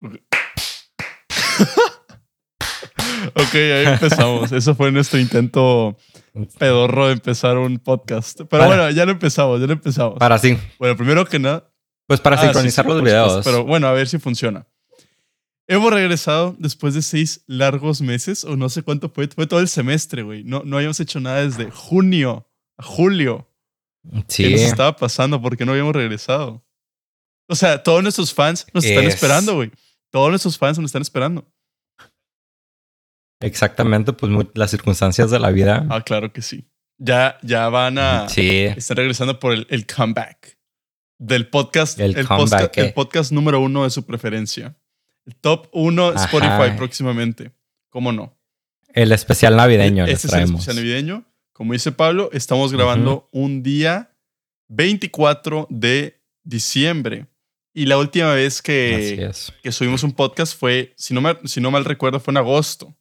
Ok, ahí empezamos. Eso fue nuestro intento pedorro de empezar un podcast. Pero bueno, ya lo empezamos. Para sí. Bueno, primero que nada... Pues para sincronizar los videos. Pero bueno, a ver si funciona. Hemos regresado después de 6 largos meses, o no sé cuánto fue. Fue todo el semestre, güey. No habíamos hecho nada desde junio a julio. Sí. ¿Qué nos estaba pasando? ¿Por qué no habíamos regresado? O sea, todos nuestros fans nos están esperando, güey. Todos nuestros fans nos están esperando. Exactamente, pues las circunstancias de la vida. Ah, claro que sí. Ya van a... Sí. Están regresando por el comeback del podcast. El podcast número 1 de su preferencia. El top 1 Spotify próximamente. ¿Cómo no? El especial navideño. Este es el especial navideño. Como dice Pablo, estamos grabando un día 24 de diciembre. Y la última vez que subimos un podcast fue, si no mal recuerdo, fue en agosto.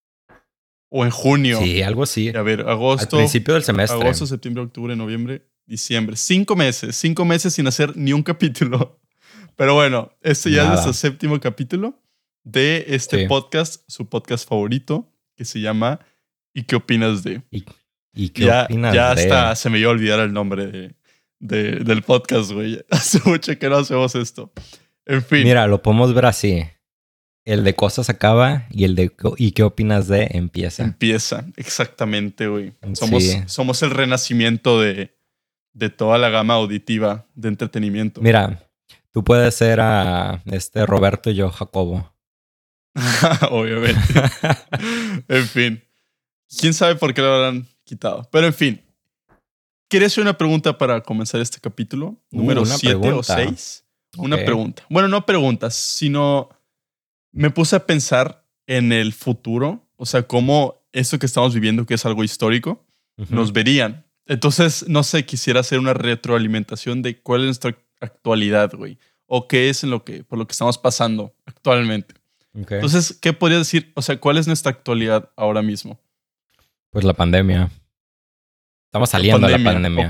O en junio. Sí, algo así. A ver, agosto. Al principio del semestre. Agosto, septiembre, octubre, noviembre, diciembre. 5 meses. 5 meses sin hacer ni un capítulo. Pero bueno, este ya es nuestro 7º capítulo de este podcast, su podcast favorito, que se llama ¿Y qué opinas de? ¿Y qué opinas de? Ya hasta se me iba a olvidar el nombre del podcast, güey. Hace mucho que no hacemos esto. En fin. Mira, lo podemos ver así. El de cosas acaba y el de ¿y qué opinas de? Empieza, exactamente, güey. Somos el renacimiento de toda la gama auditiva de entretenimiento. Mira, tú puedes ser a Roberto y yo Jacobo. Obviamente. En fin. ¿Quién sabe por qué lo habrán quitado? Pero en fin. ¿Quieres hacer una pregunta para comenzar este capítulo? Número 7 o 6. Una pregunta. Bueno, no preguntas, sino me puse a pensar en el futuro. O sea, cómo esto que estamos viviendo, que es algo histórico, nos verían. Entonces, no sé, quisiera hacer una retroalimentación de cuál es nuestra actualidad, güey. O qué es por lo que estamos pasando actualmente. Okay. Entonces, ¿qué podrías decir? O sea, ¿cuál es nuestra actualidad ahora mismo? Pues la pandemia. Estamos saliendo de la pandemia. Ok.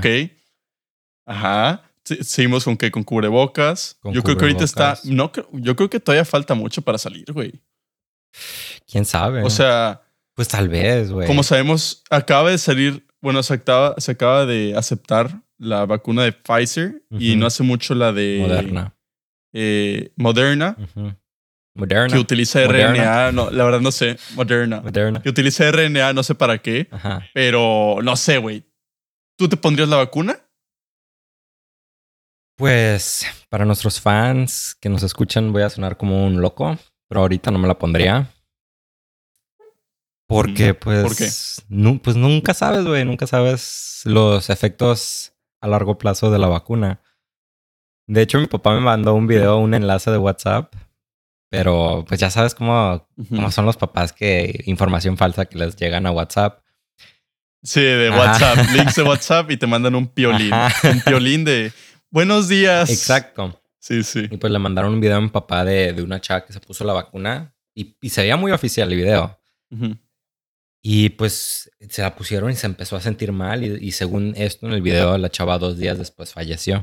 Ajá. Seguimos con qué? Con cubrebocas. Yo creo que ahorita está... No, yo creo que todavía falta mucho para salir, güey. ¿Quién sabe? O sea... Pues tal vez, güey. Como sabemos, acaba de salir... Bueno, se acaba de aceptar la vacuna de Pfizer y no hace mucho la de... Moderna. Moderna. Que utiliza RNA. No, la verdad no sé. Moderna. Que utiliza RNA, no sé para qué. Ajá. Pero no sé, güey. ¿Tú te pondrías la vacuna? Pues para nuestros fans que nos escuchan voy a sonar como un loco, pero ahorita no me la pondría. Porque pues... ¿Por qué? Pues nunca sabes, güey. Nunca sabes los efectos a largo plazo de la vacuna. De hecho, mi papá me mandó un enlace de WhatsApp. Pero pues ya sabes cómo son los papás, que información falsa que les llegan a WhatsApp. Sí, de WhatsApp. Links de WhatsApp y te mandan un piolín. Un piolín de... Buenos días. Exacto. Sí. Y pues le mandaron un video a mi papá de una chava que se puso la vacuna. Y se veía muy oficial el video. Y pues se la pusieron y se empezó a sentir mal. Y según esto en el video, la chava 2 días después falleció.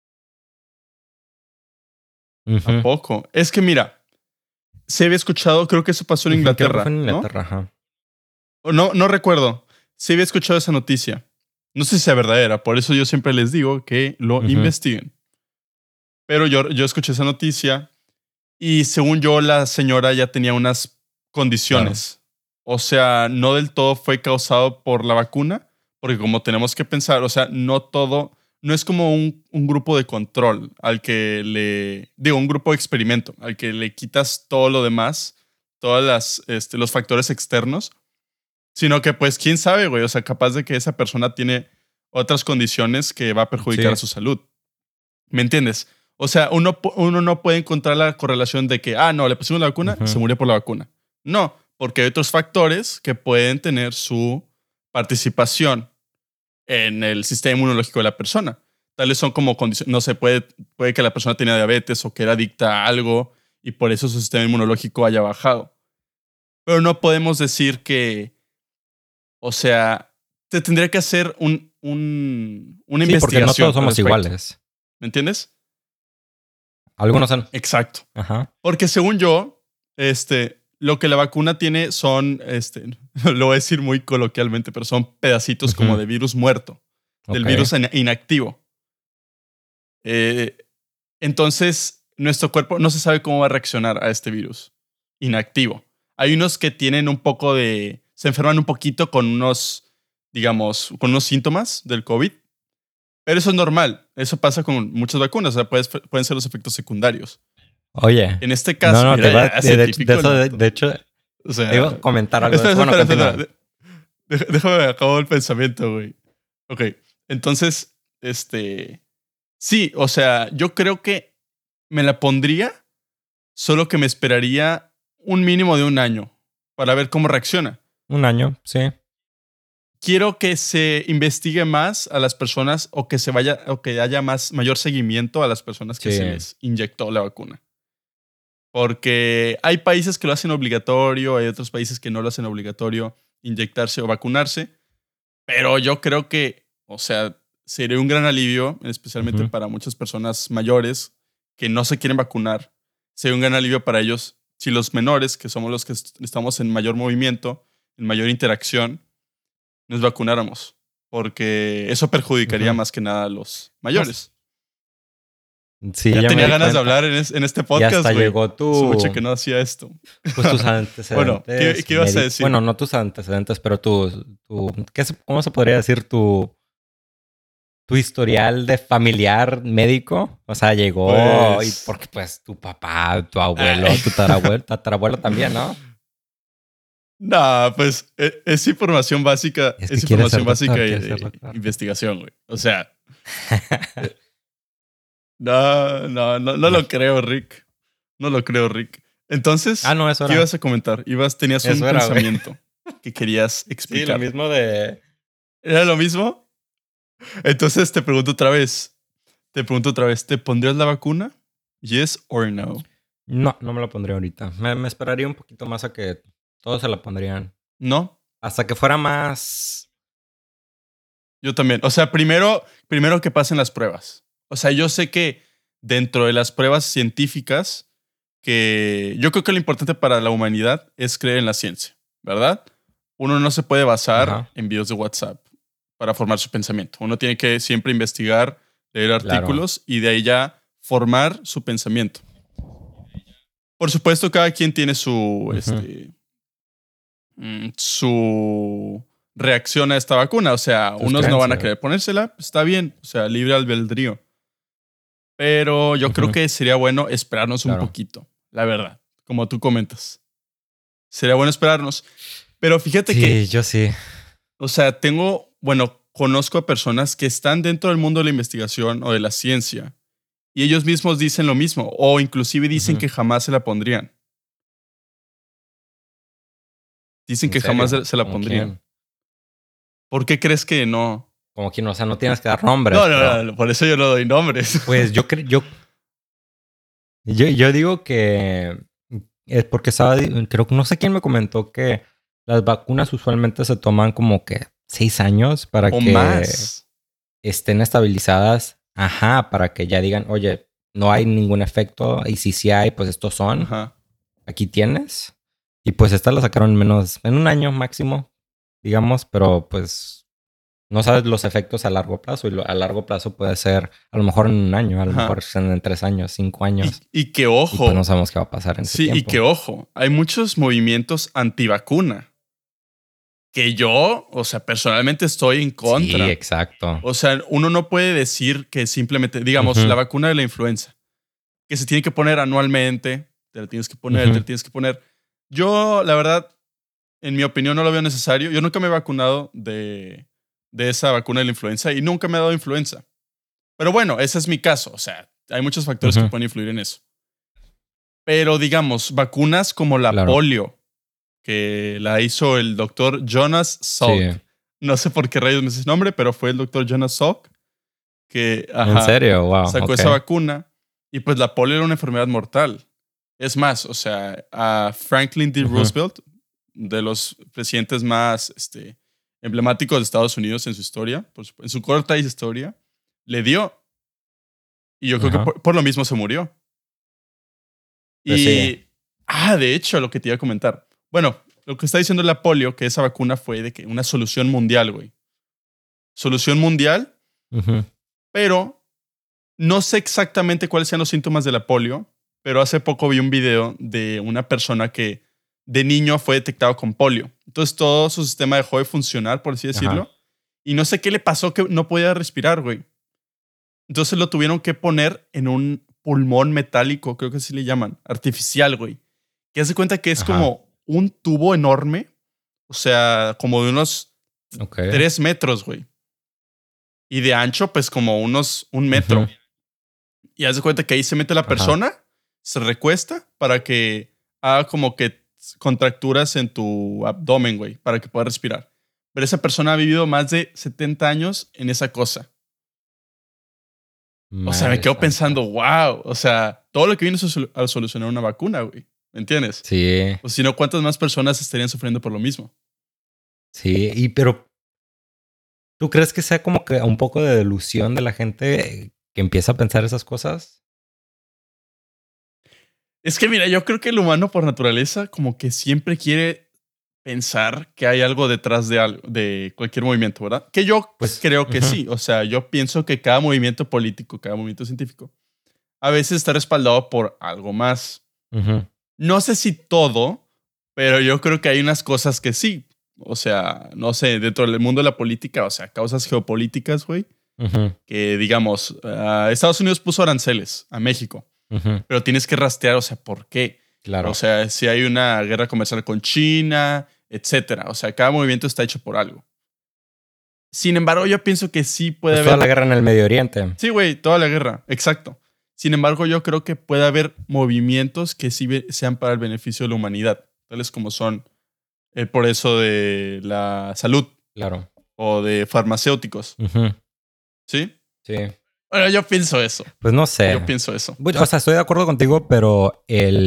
¿A poco? Es que mira, se había escuchado, creo que eso pasó en Inglaterra. Creo que fue en Inglaterra, ajá. No recuerdo. Se había escuchado esa noticia. No sé si sea verdadera, por eso yo siempre les digo que lo investiguen. Pero yo escuché esa noticia y según yo la señora ya tenía unas condiciones. Claro. O sea, no del todo fue causado por la vacuna, porque como tenemos que pensar, o sea, no es como un grupo de control al que un grupo de experimento, al que le quitas todo lo demás, todos los factores externos. Sino que, pues, quién sabe, güey. O sea, capaz de que esa persona tiene otras condiciones que va a perjudicar a su salud. ¿Me entiendes? O sea, uno no puede encontrar la correlación de que, no, le pusimos la vacuna y se murió por la vacuna. No, porque hay otros factores que pueden tener su participación en el sistema inmunológico de la persona. Tales son como condiciones, no sé, puede que la persona tenía diabetes o que era adicta a algo y por eso su sistema inmunológico haya bajado. Pero no podemos decir que... O sea, te tendría que hacer una investigación. Porque no todos somos iguales. ¿Me entiendes? Algunos son. Exacto. Ajá. Porque según yo, lo que la vacuna tiene son, lo voy a decir muy coloquialmente, pero son pedacitos como de virus muerto, del virus inactivo. Entonces, nuestro cuerpo no se sabe cómo va a reaccionar a este virus inactivo. Hay unos que tienen un poco se enferman un poquito con unos, digamos, con unos síntomas del COVID. Pero eso es normal. Eso pasa con muchas vacunas. O sea, pueden ser los efectos secundarios. Oye. En este caso, no, mira, de hecho, o sea, te iba a comentar algo. Espera. Déjame acabar el pensamiento, güey. Ok. Entonces, sí, o sea, yo creo que me la pondría, solo que me esperaría un mínimo de 1 año para ver cómo reacciona. 1 año, sí. Quiero que se investigue más a las personas o que haya mayor seguimiento a las personas que se les inyectó la vacuna. Porque hay países que lo hacen obligatorio, hay otros países que no lo hacen obligatorio inyectarse o vacunarse. Pero yo creo que, o sea, sería un gran alivio, especialmente para muchas personas mayores que no se quieren vacunar. Sería un gran alivio para ellos si los menores, que somos los que estamos en mayor movimiento, en mayor interacción, nos vacunáramos, porque eso perjudicaría más que nada a los mayores. Sí, ya tenía ganas de hablar en este podcast. Y hasta llegó mucho que no hacía esto. Pues tus antecedentes. Bueno, ¿qué ibas a decir? Bueno, no tus antecedentes, pero ¿cómo se podría decir tu historial de familiar médico? O sea, llegó y porque pues tu papá, tu abuelo, tu tatarabuelo también, ¿no? No, pues es información básica. Es información básica y investigación, güey. O sea. No lo creo, Rick. No lo creo, Rick. Entonces, ¿qué ibas a comentar? Tenías un pensamiento que querías explicar. Sí, lo mismo de... ¿Era lo mismo? Entonces te pregunto otra vez. ¿Te pondrías la vacuna? ¿Yes or no? No me la pondría ahorita. Me esperaría un poquito más a que todos se la pondrían. ¿No? Hasta que fuera más... Yo también. O sea, primero que pasen las pruebas. O sea, yo sé que dentro de las pruebas científicas, que yo creo que lo importante para la humanidad es creer en la ciencia, ¿verdad? Uno no se puede basar en videos de WhatsApp para formar su pensamiento. Uno tiene que siempre investigar, leer artículos y de ahí ya formar su pensamiento. Por supuesto, cada quien tiene su reacción a esta vacuna. O sea, unos no van a querer ponérsela, está bien, o sea, libre albedrío. Pero yo creo que sería bueno esperarnos un poquito, la verdad, como tú comentas. Sería bueno esperarnos. Pero fíjate que... Sí, yo sí. O sea, conozco a personas que están dentro del mundo de la investigación o de la ciencia y ellos mismos dicen lo mismo o inclusive dicen que jamás se la pondrían. Dicen que jamás se la pondrían. ¿Quién? ¿Por qué crees que no? Como que no, o sea, no tienes que dar nombres. No, por eso yo no doy nombres. Pues yo digo que es porque creo que no sé quién me comentó que las vacunas usualmente se toman como que 6 años para que más estén estabilizadas. Ajá, para que ya digan, oye, no hay ningún efecto y si hay, pues estos son. Ajá. Aquí tienes. Y pues estas la sacaron en 1 año máximo, digamos, pero pues no sabes los efectos a largo plazo y a largo plazo puede ser a lo mejor en 1 año, a lo mejor en 3 años, 5 años. Y que ojo. Y pues no sabemos qué va a pasar en ese tiempo. Sí, y que ojo, hay muchos movimientos antivacuna que yo, o sea, personalmente estoy en contra. Sí, exacto. O sea, uno no puede decir que simplemente, digamos, la vacuna de la influenza, que se tiene que poner anualmente, te la tienes que poner, te la tienes que poner. Yo, la verdad, en mi opinión, no lo veo necesario. Yo nunca me he vacunado de esa vacuna de la influenza y nunca me ha dado influenza. Pero bueno, ese es mi caso. O sea, hay muchos factores que pueden influir en eso. Pero digamos, vacunas como la polio, que la hizo el doctor Jonas Salk. Sí. No sé por qué rayos me dice ese nombre, pero fue el doctor Jonas Salk que ¿En serio? Wow. Sacó esa vacuna. Y pues la polio era una enfermedad mortal. Es más, o sea, a Franklin D. Roosevelt, de los presidentes más emblemáticos de Estados Unidos en su historia, en su corta historia, le dio. Y yo creo que por lo mismo se murió. Pues Y, sí. de hecho, lo que te iba a comentar. Bueno, lo que está diciendo la polio, que esa vacuna fue de que una solución mundial, güey. Solución mundial, Ujú. pero no sé exactamente cuáles sean los síntomas de la polio, pero hace poco vi un video de una persona que de niño fue detectado con polio. Entonces todo su sistema dejó de funcionar, por así decirlo. Ajá. Y no sé qué le pasó que no podía respirar, güey. Entonces lo tuvieron que poner en un pulmón metálico, creo que así le llaman, artificial, güey. Que hace cuenta que es Ajá. como un tubo enorme, o sea, como de unos Ok. 3 metros, güey. Y de ancho, pues como unos 1 metro. Ujú. Y hace cuenta que ahí se mete la Ajá. persona, se recuesta para que haga como que contracturas en tu abdomen, güey, para que pueda respirar. Pero esa persona ha vivido más de 70 años en esa cosa. O sea, me Madre quedo santa. pensando, wow, o sea, todo lo que viene a solucionar una vacuna, güey. ¿Me entiendes? Sí. O si no, ¿cuántas más personas estarían sufriendo por lo mismo? Sí. Pero ¿tú crees que sea como que un poco de delusión de la gente que empieza a pensar esas cosas? Es que mira, yo creo que el humano por naturaleza como que siempre quiere pensar que hay algo detrás de algo, de cualquier movimiento, ¿verdad? Que yo Pues, creo que ujú, sí. O sea, yo pienso que cada movimiento político, cada movimiento científico, a veces está respaldado por algo más. ujú, No sé si todo, pero yo creo que hay unas cosas que sí. O sea, no sé, dentro del mundo de la política, o sea, causas geopolíticas, güey, ujú, que digamos, Estados Unidos puso aranceles a México, ujú. pero tienes que rastrear, o sea, ¿por qué? O Claro. sea, si hay una guerra comercial con China, etcétera. O sea, cada movimiento está hecho por algo. Sin embargo, yo pienso que sí puede Pues toda la haber. guerra en el Medio Oriente. Sí, güey, toda la guerra, exacto. Sin embargo, yo creo que puede haber movimientos que sí sean para el beneficio de la humanidad, tales como son el progreso de la salud Claro. o de farmacéuticos. Ujú, ¿Sí? sí. Bueno, yo pienso eso. Pues no Yo sé. pienso eso. O sea, estoy de acuerdo contigo, pero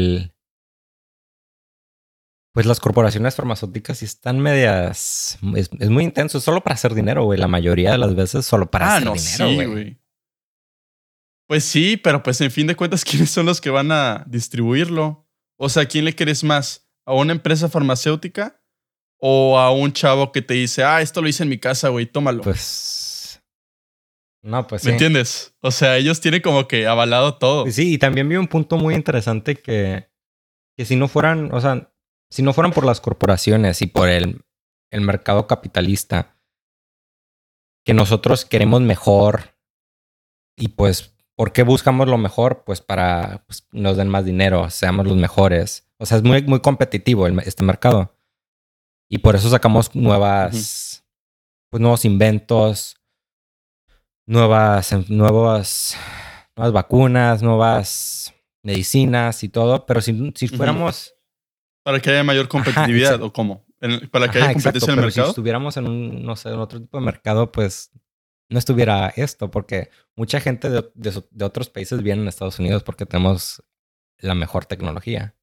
pues las corporaciones farmacéuticas sí están medias. Es muy intenso, es solo para hacer dinero, güey. La mayoría de las veces solo para hacer No, dinero, sí, güey. güey. Pues sí, pero pues en fin de cuentas, ¿quiénes son los que van a distribuirlo? O sea, ¿a quién le quieres más? ¿A una empresa farmacéutica o a un chavo que te dice, esto lo hice en mi casa, güey, tómalo? Pues. No, pues ¿Me sí. entiendes? O sea, ellos tienen como que avalado Pues todo. sí, y también vi un punto muy interesante que si no fueran, o sea, si no fueran por las corporaciones y por el mercado capitalista, que nosotros queremos mejor y pues, ¿por qué buscamos lo mejor? Pues para pues, nos den más dinero, seamos los mejores. O sea, es muy, muy competitivo este mercado. Y por eso sacamos Ujú. pues nuevos inventos, nuevas vacunas, nuevas medicinas y todo. Pero si Ujú. fuéramos, Para que haya mayor ajá, competitividad, ¿o cómo? Para que haya ajá, competencia exacto. en el Pero si mercado. estuviéramos en un, no sé, en otro tipo de mercado, pues no estuviera esto, porque mucha gente de otros países viene a Estados Unidos porque tenemos la mejor tecnología.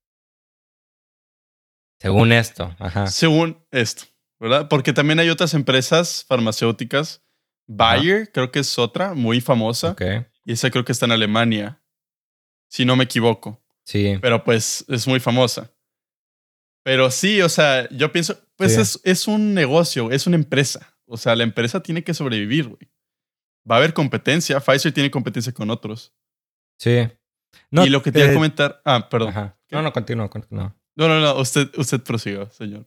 Según esto, ajá, Según esto, ¿verdad? Porque también hay otras empresas farmacéuticas. ajá, Bayer, creo que es otra muy famosa. ok, Y esa creo que está en Alemania, si no me equivoco. sí, Pero pues es muy famosa. Pero sí, o sea, yo pienso, sí, pues es un negocio, es una empresa. O sea, la empresa tiene que sobrevivir, güey. Va a haber competencia. Pfizer tiene competencia con otros. sí. No, Y lo que te iba a comentar. Perdón. ajá. No, ¿Qué? no, continúa. No, no, no. Usted prosiga, señor.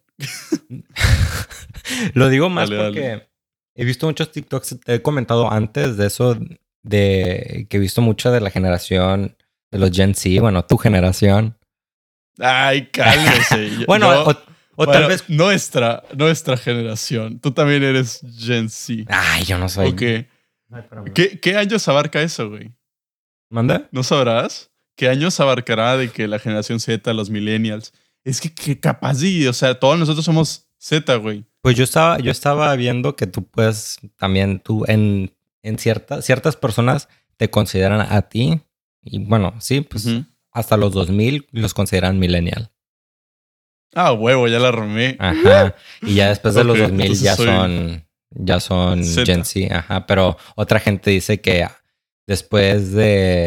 Lo digo más Dale, dale. porque he visto muchos TikToks, te he comentado antes de eso, de que he visto mucha de la generación de los Gen Z, bueno, tu generación. Ay, cálmese. Bueno, o tal Bueno, vez... nuestra generación. Tú también eres Gen Z. Ay, yo no ¿O soy... qué? Ay, espérame. ¿Qué años abarca eso, güey? ¿Manda? ¿No sabrás? ¿Qué años abarcará de que la generación Z, los millennials? Es que capaz de, o sea, todos nosotros somos Z, güey. Pues yo estaba viendo que tú puedes también, tú en ciertas personas te consideran a ti, y bueno, sí, pues Ujú. hasta los 2000 los consideran millennial. Huevo, ya la armé. Ajá. Y ya después de Ok, los 2000 entonces soy ya son Gen Z. Z, ajá. Pero otra gente dice que después de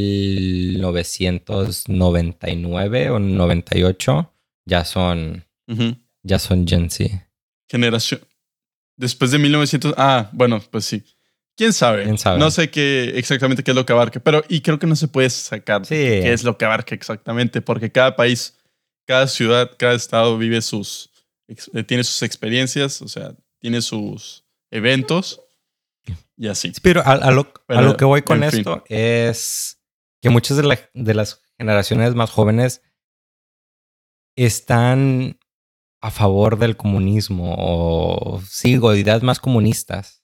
1999 o 98, ya son Gen Z. Generación. Después de 1900. Ah, bueno, pues sí. ¿Quién sabe? No sé exactamente qué es lo que abarca, pero y creo que no se puede sacar qué es lo que abarca exactamente, porque cada país, cada ciudad, cada estado vive tiene sus experiencias, o sea, tiene sus eventos y así. Sí, pero a lo que voy con esto es que muchas de las generaciones más jóvenes están a favor del comunismo o sigo ideas más comunistas.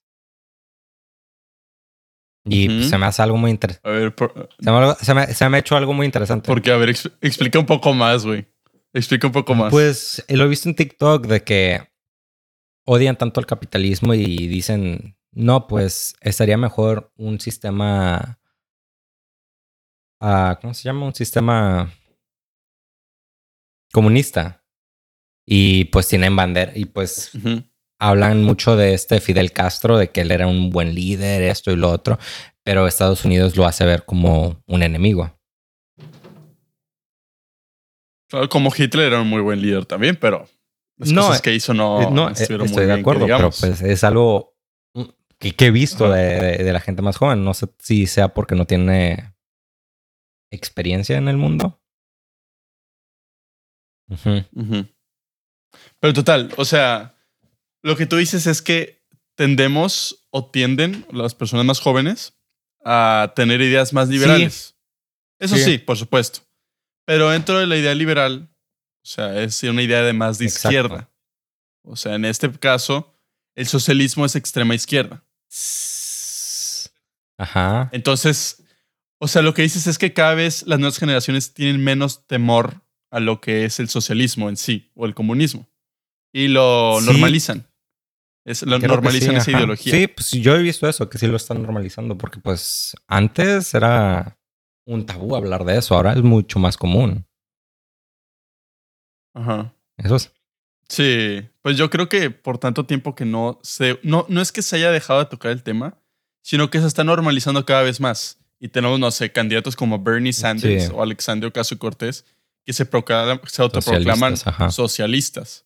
Y pues, se me hace algo muy interesante. A ver, se me ha hecho algo muy interesante. Porque, a ver, explica un poco más, güey. Explica un poco más. Pues lo he visto en TikTok de que odian tanto el capitalismo y dicen, no, pues estaría mejor un sistema... ¿cómo se llama? Un sistema comunista. Y pues tienen bandera y pues hablan mucho de Fidel Castro, de que él era un buen líder, esto y lo otro, pero Estados Unidos lo hace ver como un enemigo. Claro, como Hitler era un muy buen líder también, pero las cosas que hizo no estuvieron muy bien. Estoy de acuerdo, pero pues es algo que he visto de la gente más joven. No sé si sea porque no tiene experiencia en el mundo. Pero total, o sea, lo que tú dices es que tendemos o tienden las personas más jóvenes a tener ideas más liberales. Eso sí, por supuesto. Pero dentro de la idea liberal, o sea, es una idea de más de izquierda. O sea, en este caso, el socialismo es extrema izquierda. Ajá. Entonces, o sea, lo que dices es que cada vez las nuevas generaciones tienen menos temor a lo que es el socialismo en sí o el comunismo. Y lo normalizan. Normalizan esa ideología. Sí, pues yo he visto eso, que sí lo están normalizando, porque pues antes era un tabú hablar de eso, ahora es mucho más común. Ajá. Eso es. Sí, pues yo creo que por tanto tiempo que no es que se haya dejado de tocar el tema, sino que se está normalizando cada vez más. Y tenemos, no sé, candidatos como Bernie Sanders o Alexandria Ocasio-Cortez que se autoproclaman socialistas.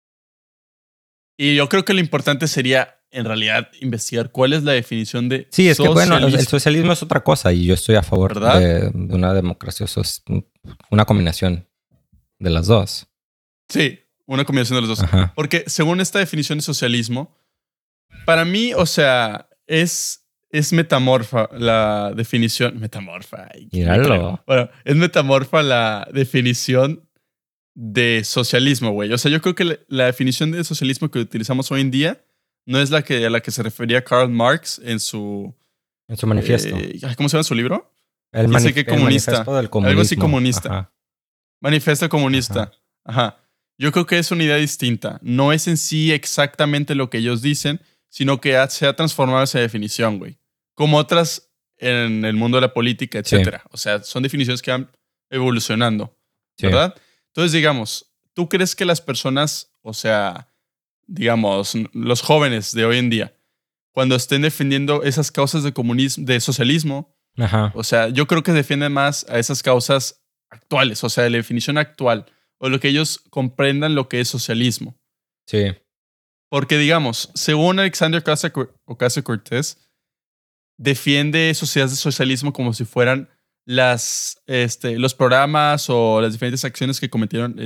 Y yo creo que lo importante sería, en realidad, investigar cuál es la definición de socialismo. Sí, es que bueno, el socialismo es otra cosa y yo estoy a favor de una democracia, una combinación de las dos. Sí, una combinación de los dos. Ajá. Porque según esta definición de socialismo, para mí, o sea, es metamorfa la definición. Metamorfa. Míralo. Bueno, es metamorfa la definición de socialismo, güey. O sea, yo creo que la definición de socialismo que utilizamos hoy en día no es a la que se refería Karl Marx en su manifiesto. ¿Cómo se llama su libro? El manifiesto del comunismo. Algo así comunista. Ajá. Manifiesto comunista. Ajá. Yo creo que es una idea distinta. No es en sí exactamente lo que ellos dicen, sino que se ha transformado esa definición, güey. Como otras en el mundo de la política, etcétera. O sea, son definiciones que van evolucionando, ¿verdad? Entonces, digamos, ¿tú crees que las personas, o sea, digamos, los jóvenes de hoy en día, cuando estén defendiendo esas causas de comunismo, de socialismo, o sea, yo creo que defienden más a esas causas actuales, o sea, de la definición actual, o lo que ellos comprendan lo que es socialismo? Sí. Porque, digamos, según Alexandria Ocasio-Cortez, defiende sociedades de socialismo como si fueran los programas o las diferentes acciones que cometieron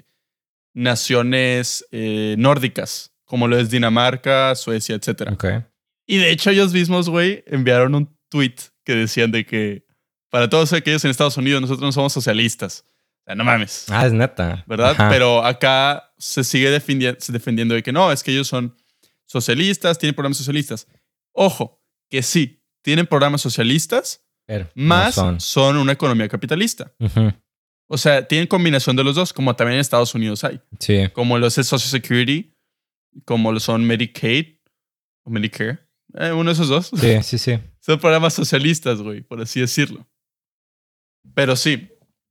naciones nórdicas, como lo es Dinamarca, Suecia, etc. Okay. Y de hecho ellos mismos, güey, enviaron un tweet que decían de que para todos aquellos en Estados Unidos nosotros no somos socialistas. O sea, no mames. Es neta. ¿Verdad? Ajá. Pero acá se sigue defendiendo de que no, es que ellos son socialistas, tienen programas socialistas. Ojo, que sí, tienen programas socialistas, pero más no son una economía capitalista. O sea, tienen combinación de los dos, como también en Estados Unidos hay. Sí. Como lo es el Social Security, como lo son Medicaid o Medicare. Uno de esos dos. Sí. Son programas socialistas, güey, por así decirlo. Pero sí.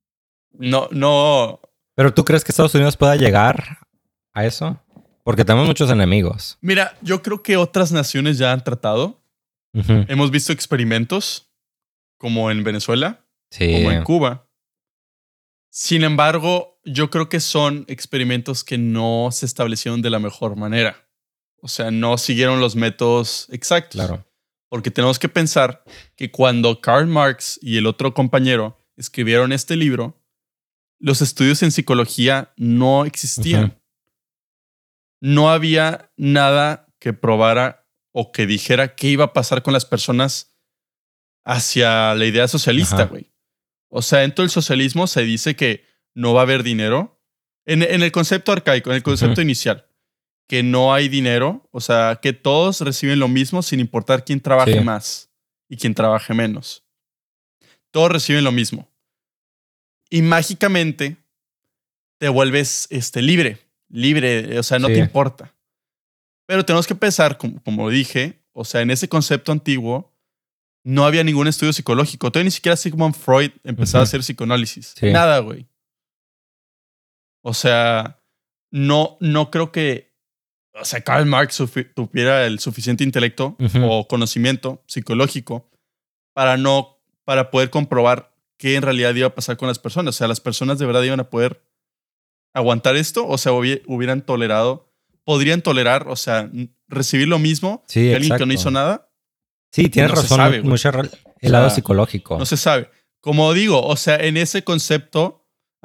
No. ¿Pero tú crees que Estados Unidos pueda llegar a eso? Porque tenemos muchos enemigos. Mira, yo creo que otras naciones ya han tratado. Hemos visto experimentos como en Venezuela, Sí. como en Cuba. Sin embargo, yo creo que son experimentos que no se establecieron de la mejor manera. O sea, no siguieron los métodos exactos. Claro. Porque tenemos que pensar que cuando Karl Marx y el otro compañero escribieron este libro, los estudios en psicología no existían. Ujú. No había nada que probara o que dijera qué iba a pasar con las personas hacia la idea socialista, Ajá. güey. O sea, dentro del socialismo se dice que no va a haber dinero. En el concepto arcaico, en el concepto Ujú. inicial, que no hay dinero. O sea, que todos reciben lo mismo sin importar quién trabaje Sí. más y quién trabaje menos. Todos reciben lo mismo. Y mágicamente te vuelves libre, o sea, no Sí. te importa. Pero tenemos que pensar, como dije, o sea, en ese concepto antiguo no había ningún estudio psicológico. Todavía ni siquiera Sigmund Freud empezaba a Ujú. hacer psicoanálisis. Sí. Nada, güey. O sea, no creo que, o sea, Karl Marx tuviera el suficiente intelecto Ujú. o conocimiento psicológico para poder comprobar qué en realidad iba a pasar con las personas. O sea, las personas de verdad iban a poder aguantar esto, o sea, podrían tolerar, o sea, recibir lo mismo Sí, que alguien que no exacto. hizo nada. Sí, tienes No se razón. sabe, güey. Mucho el O lado sea, psicológico. no se sabe. Como digo, o sea, en ese concepto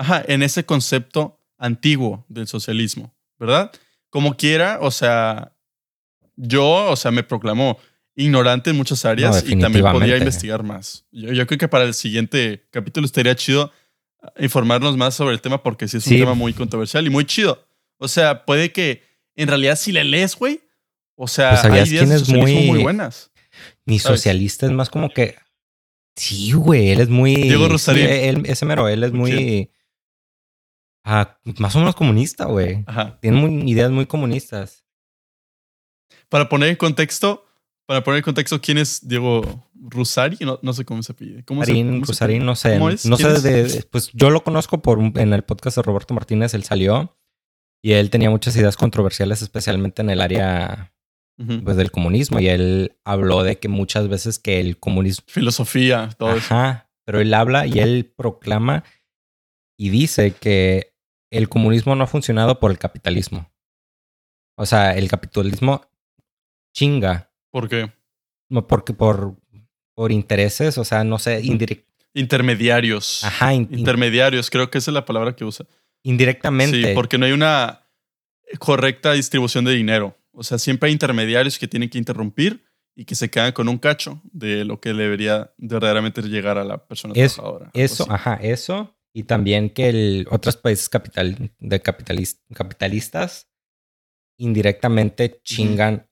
antiguo del socialismo, ¿verdad? Como quiera, o sea, me proclamó ignorante en muchas áreas y también podría definitivamente. investigar más. Yo creo que para el siguiente capítulo estaría chido informarnos más sobre el tema porque sí es un Sí. tema muy controversial y muy chido. O sea, puede que en realidad si le lees, güey, o sea, Pues hay sabías ideas quién de es socialismo muy muy buenas. ni ¿sabes? socialista, es más como que sí, güey, él es muy Diego sí, Rosarín. ese mero, él es ¿Quién? muy más o menos comunista, güey. Ajá. Tiene ideas muy comunistas. Para poner en contexto, ¿quién es Diego Rosari? No sé cómo se pide. Rosarín, no sé. ¿Cómo es? No ¿Quién sé es? pues yo lo conozco en el podcast de Roberto Martínez, él salió y él tenía muchas ideas controversiales, especialmente en el área Ujú. pues del comunismo, y él habló de que muchas veces que el comunismo Filosofía, todo eso. ajá, pero él habla y él proclama y dice que el comunismo no ha funcionado por el capitalismo. O sea, el capitalismo chinga. ¿Por qué? No, porque por intereses, o sea, no sé, Intermediarios. ajá, Intermediarios, creo que esa es la palabra que usa. indirectamente. Sí, porque no hay una correcta distribución de dinero. O sea, siempre hay intermediarios que tienen que interrumpir y que se quedan con un cacho de lo que debería verdaderamente llegar a la persona trabajadora. Eso, Así. ajá, eso. Y también que otros países capitalistas indirectamente chingan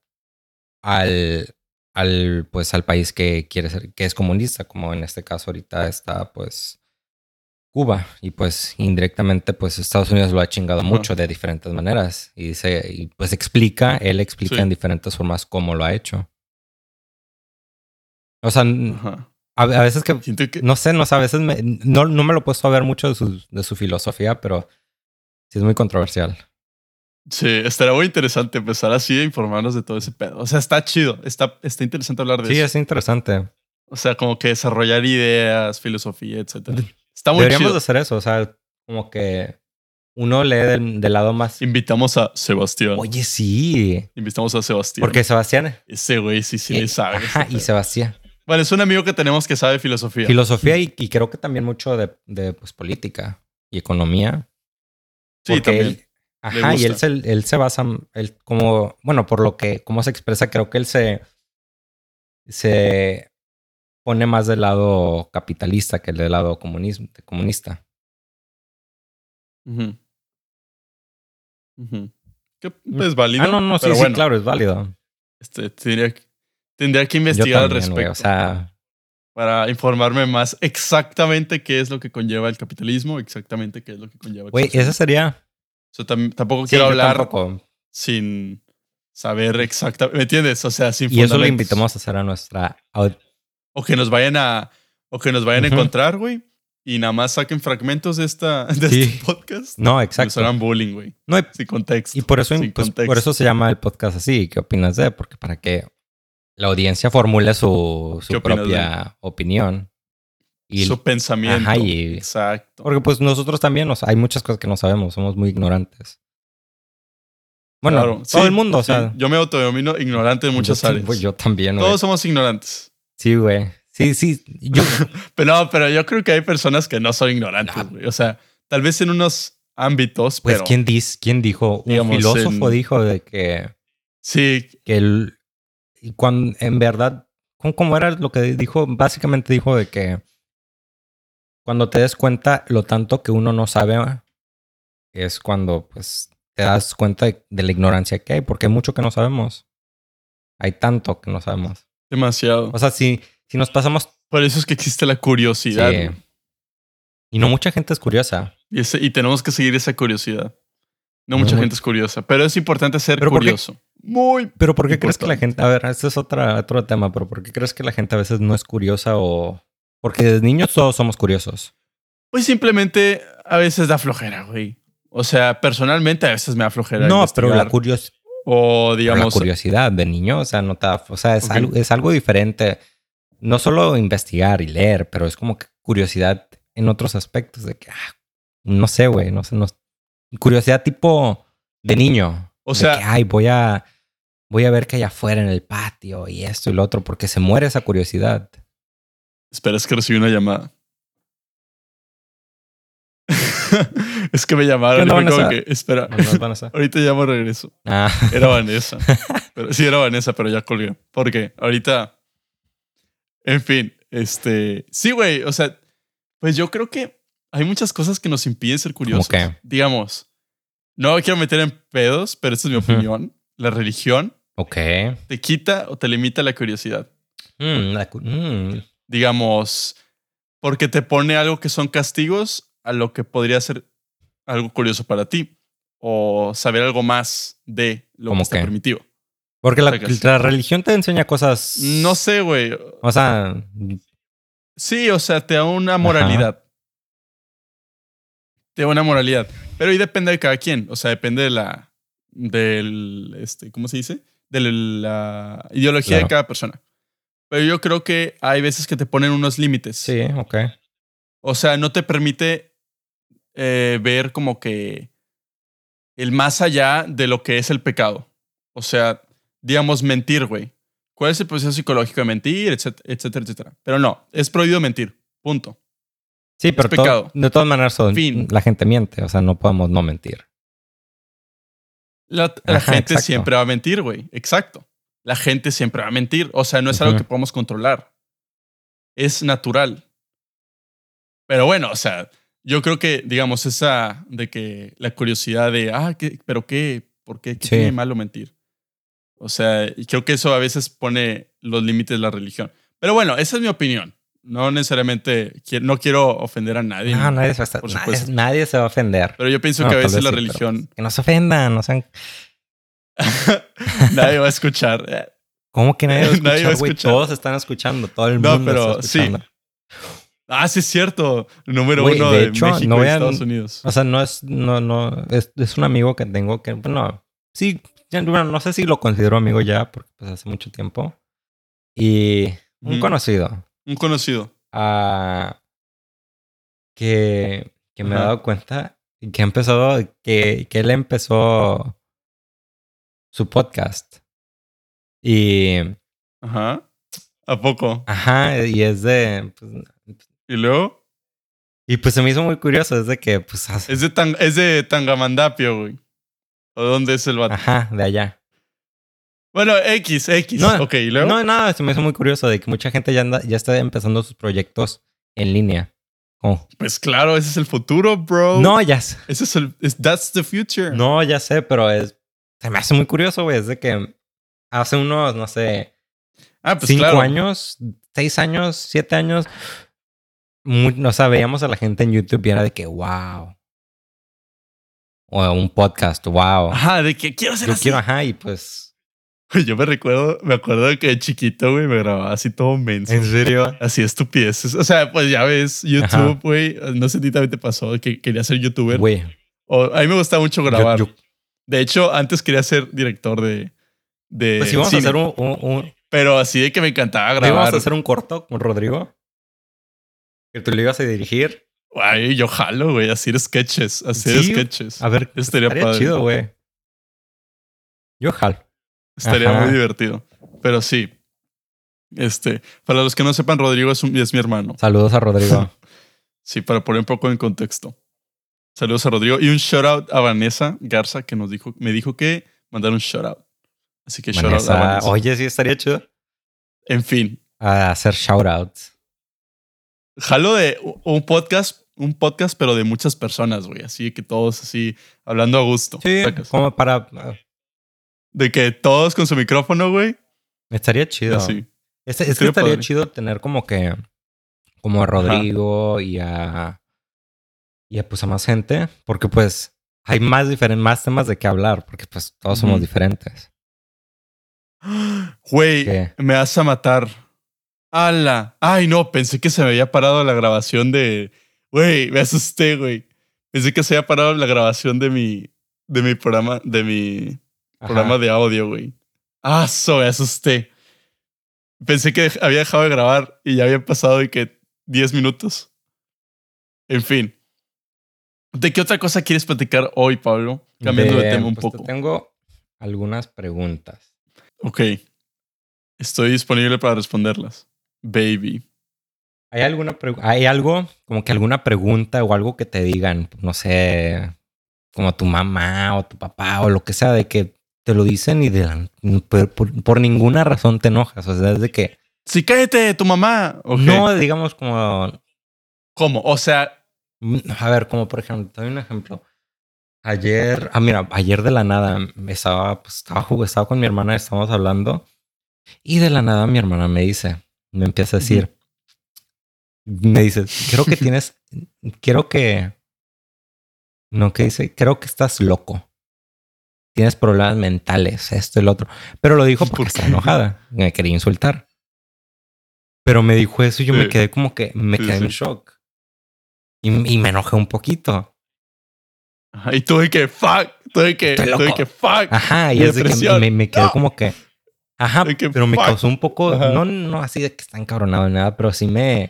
pues al país que quiere ser, que es comunista, como en este caso ahorita está pues Cuba, y pues indirectamente pues Estados Unidos lo ha chingado mucho de diferentes maneras y pues él explica Sí. en diferentes formas cómo lo ha hecho. O sea, Ajá. a veces que Siento que no sé, a veces no me lo he puesto a ver mucho de su filosofía, pero sí es muy controversial. sí, estará muy interesante empezar así a informarnos de todo ese pedo. O sea, está chido, está interesante hablar de Sí, eso. es interesante. O sea, como que desarrollar ideas, filosofía, etcétera. Está muy Deberíamos chido. de hacer eso, o sea, como que uno lee del lado más. Invitamos a Sebastián. Oye, sí. Invitamos a Sebastián. Porque Sebastián. Ese güey sí le sabe. Ajá, y Sebastián. Bueno, es un amigo que tenemos que sabe filosofía. Filosofía y creo que también mucho de pues, política y economía. Sí, Porque también. ajá, y él se basa, como, bueno, por lo que, cómo se expresa, creo que él se pone más del lado capitalista que del lado comunista. Uh-huh. Uh-huh. Que es válido. No, pero sí, bueno, claro, es válido. Tendría que investigar al respecto. Güey, o sea, para informarme más exactamente qué es lo que conlleva el capitalismo, exactamente qué es lo que conlleva el güey, socialismo. esa sería. O sea, tampoco Sí, quiero yo hablar tampoco. sin saber exactamente, ¿me entiendes? O sea, sin Y eso lo fundamentos. invitamos a hacer a nuestra. O que nos vayan a encontrar, güey, y nada más saquen fragmentos de este podcast. No, Y exacto. nos hagan bullying, güey. No, sin contexto. Y por eso, sin pues, contexto. por eso se llama el podcast así. ¿Qué opinas de? Porque para que la audiencia formule su propia opinión. Y, su pensamiento. ajá, y exacto. porque pues nosotros también, o sea, hay muchas cosas que no sabemos, somos muy ignorantes. Bueno, Claro. todo Sí, el mundo, sí. o sea. Yo me autodenomino ignorante en muchas áreas. Pues yo también, güey. Todos somos ignorantes. Sí, güey. Sí. pero yo creo que hay personas que no son ignorantes, güey. O sea, tal vez en unos ámbitos, pues, pero... ¿quién dijo? digamos, Un filósofo dijo de que... Sí. Que cuando en verdad... ¿Cómo era lo que dijo? Básicamente dijo de que... Cuando te des cuenta lo tanto que uno no sabe... Es cuando, pues... Te das cuenta de la ignorancia que hay. Porque hay mucho que no sabemos. Hay tanto que no sabemos. Demasiado. O sea, si nos pasamos... Por eso es que existe la curiosidad. Sí. Y no mucha gente es curiosa. Y tenemos que seguir esa curiosidad. No mucha gente es curiosa, pero es importante ser curioso. Pero ¿por qué crees que la gente... A ver, este es otro tema, pero ¿por qué crees que la gente a veces no es curiosa o... Porque desde niños todos somos curiosos. Pues simplemente a veces da flojera, güey. O sea, personalmente a veces me da flojera. No, investigar. pero la curiosidad... O digamos... La curiosidad de niño, o sea, no te da... O sea, es algo diferente. No solo investigar y leer, pero es como que curiosidad en otros aspectos de que... no sé, güey, no sé, curiosidad tipo de niño. O sea... De que, ay, voy a ver qué hay afuera en el patio y esto y lo otro, porque se muere esa curiosidad. Espera, es que recibí una llamada. Es que me llamaron y fue como que, espera, ahorita llamo regreso. Era Vanessa. Sí, era Vanessa, pero ya colgué. Porque ahorita, en fin, sí, güey, o sea, pues yo creo que hay muchas cosas que nos impiden ser curiosos. ¿Cómo qué? Digamos, no me quiero meter en pedos, pero esta es mi opinión. La religión te quita o te limita la curiosidad. Digamos, porque te pone algo que son castigos a lo que podría ser algo curioso para ti. O saber algo más de lo que está permitido. Porque la religión te enseña cosas... No sé, güey. O sea... Sí, o sea, te da una moralidad. Ajá. Te da una moralidad. Pero ahí depende de cada quien. O sea, depende de ¿cómo se dice? De la ideología de cada persona. Pero yo creo que hay veces que te ponen unos límites. Sí, ok. O sea, no te permite ver como que el más allá de lo que es el pecado. O sea, digamos, mentir, güey. ¿Cuál es el proceso psicológico de mentir? Etcétera, etcétera, etcétera. Pero no, es prohibido mentir. Punto. Sí, pero pecado. De todas maneras, la gente miente. O sea, no podemos no mentir. La gente siempre va a mentir, güey. Exacto. La gente siempre va a mentir. O sea, no es algo que podemos controlar. Es natural. Pero bueno, o sea, yo creo que, digamos, esa de que la curiosidad de, ¿pero qué? ¿Por qué? ¿Qué tiene malo mentir? O sea, y creo que eso a veces pone los límites de la religión. Pero bueno, esa es mi opinión. No necesariamente, no quiero ofender a nadie. No, nadie se va a ofender. Pero yo pienso que a veces la religión... Que no se ofendan, no sean... Nadie va a escuchar. ¿Cómo que nadie va a escuchar, güey? Todos están escuchando, todo el mundo está escuchando. Sí. Sí es cierto. Número uno de hecho, México y Estados Unidos. O sea, es un amigo que tengo que, bueno, sí, no sé si lo considero amigo ya, porque pues hace mucho tiempo. Y un conocido. Un conocido. Que me he dado cuenta que él empezó su podcast. Y... Ajá. ¿A poco? Ajá, y es de... Pues, ¿y luego? Y pues se me hizo muy curioso, es de que... Pues, es de Tangamandapio, güey. ¿O dónde es el vato? Ajá, de allá. Bueno, X. No, ok, ¿y luego? No, nada, se me hizo muy curioso de que mucha gente ya está empezando sus proyectos en línea. Pues claro, ese es el futuro, bro. No, ya sé. That's the future. No, ya sé, pero se me hace muy curioso, güey. Es de que hace unos, no sé... pues 5 años, 6 años, 7 años... o sea, veíamos a la gente en YouTube y era de que, wow. O un podcast, wow. Ajá, de que quiero ser así. Y pues... Yo me acuerdo de que de chiquito, güey, me grababa así todo menso. ¿En serio? Así estupideces. O sea, pues ya ves, YouTube, güey. No sé si a ti también te pasó que quería ser youtuber. Güey. A mí me gustaba mucho grabar. De hecho, antes quería ser director de pues íbamos cine. A hacer un... Pero así de que me encantaba grabar. ¿Íbamos a hacer un corto con Rodrigo? Que tú le ibas a dirigir. Ay, yo jalo, güey, hacer sketches, hacer Sí, sketches. A ver, Estaría padre. chido, güey. Yo jalo. Estaría Ajá. muy divertido. Pero sí. Para los que no sepan, Rodrigo es mi hermano. Saludos a Rodrigo. Sí, para poner un poco en contexto. Saludos a Rodrigo. Y un shout out a Vanessa Garza, que me dijo que mandar un shout out. Así que shout out a Vanessa. Oye, sí, estaría chido. En fin. A hacer shout outs. Jalo de un podcast, pero de muchas personas, güey. Así que todos así, hablando a gusto. Sí, ¿sacas? como para... De que todos con su micrófono, güey. Estaría chido. Así. Es que estaría padre. chido tener como que... Como a Rodrigo y a pues a más gente. Porque pues hay más temas de qué hablar. Porque pues todos somos diferentes. Güey, ¿Qué? me vas a matar. ¡Hala! Ay, no, pensé que se me había parado la grabación de... Güey, me asusté, güey. Pensé que se había parado la grabación de mi programa, programa de audio, güey. ¡Ah, me asusté! Pensé que había dejado de grabar y ya habían pasado de que 10 minutos. En fin. ¿De qué otra cosa quieres platicar hoy, Pablo? Cambiando de tema un poco. Tengo algunas preguntas. Ok. Estoy disponible para responderlas. Baby. ¿Hay algo, como que alguna pregunta o algo que te digan, no sé, como tu mamá o tu papá o lo que sea, de que te lo dicen y por ninguna razón te enojas? O sea, es de que... ¡Sí, cállate, tu mamá! Okay. No, digamos como... ¿Cómo? O sea... A ver, como por ejemplo, te doy un ejemplo. Ayer de la nada estaba con mi hermana, estábamos hablando y de la nada mi hermana me empieza a decir... Me dice, creo que estás loco. Tienes problemas mentales, esto y lo otro. Pero lo dijo porque está enojada. Me quería insultar. Pero me dijo eso y yo me quedé como que quedé en shock. Y me enojé un poquito. Ajá, y tuve que fuck. Ajá, y es de que me quedé como que... Ajá, pero me causó un poco... No así de que está encabronado ni nada, pero sí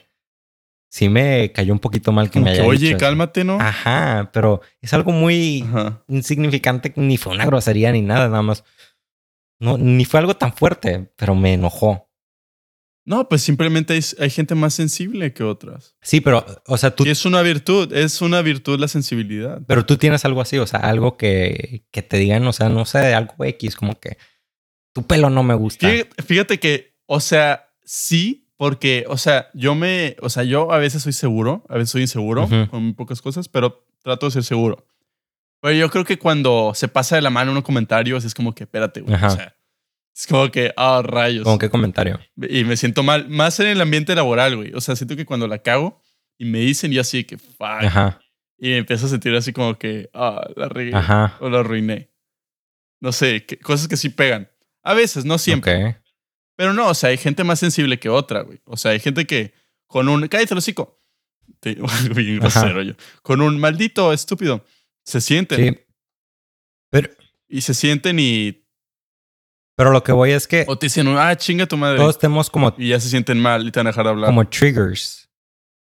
me cayó un poquito mal que me haya dicho. Oye, cálmate, ¿no? Ajá, pero es algo muy insignificante. Ni fue una grosería ni nada más. No, ni fue algo tan fuerte, pero me enojó. No, pues simplemente hay gente más sensible que otras. Sí, pero, o sea, tú... Y es una virtud la sensibilidad. Pero tú tienes algo así, o sea, algo que te digan, o sea, no sé, algo X, como que tu pelo no me gusta. Fíjate que, o sea, sí, porque, o sea, yo a veces soy seguro, a veces soy inseguro con muy pocas cosas, pero trato de ser seguro. Pero yo creo que cuando se pasa de la mano unos comentarios es como que, espérate, güey, o sea, es como que, rayos. ¿Cómo qué comentario? Y me siento mal, más en el ambiente laboral, güey. O sea, siento que cuando la cago y me dicen, yo así de que, fuck. Ajá. Y me empiezo a sentir así como que, la regué o la arruiné. No sé, cosas que sí pegan. A veces, no siempre. Okay. Pero no, o sea, hay gente más sensible que otra, güey. O sea, hay gente que con un... ¡Cállate el hocico! Bien grosero yo. Con un maldito estúpido. Se sienten. Sí. Y se sienten y... Pero lo que voy es que... O te dicen, chinga tu madre. Todos tenemos como... Y ya se sienten mal y te van a dejar de hablar. Como triggers.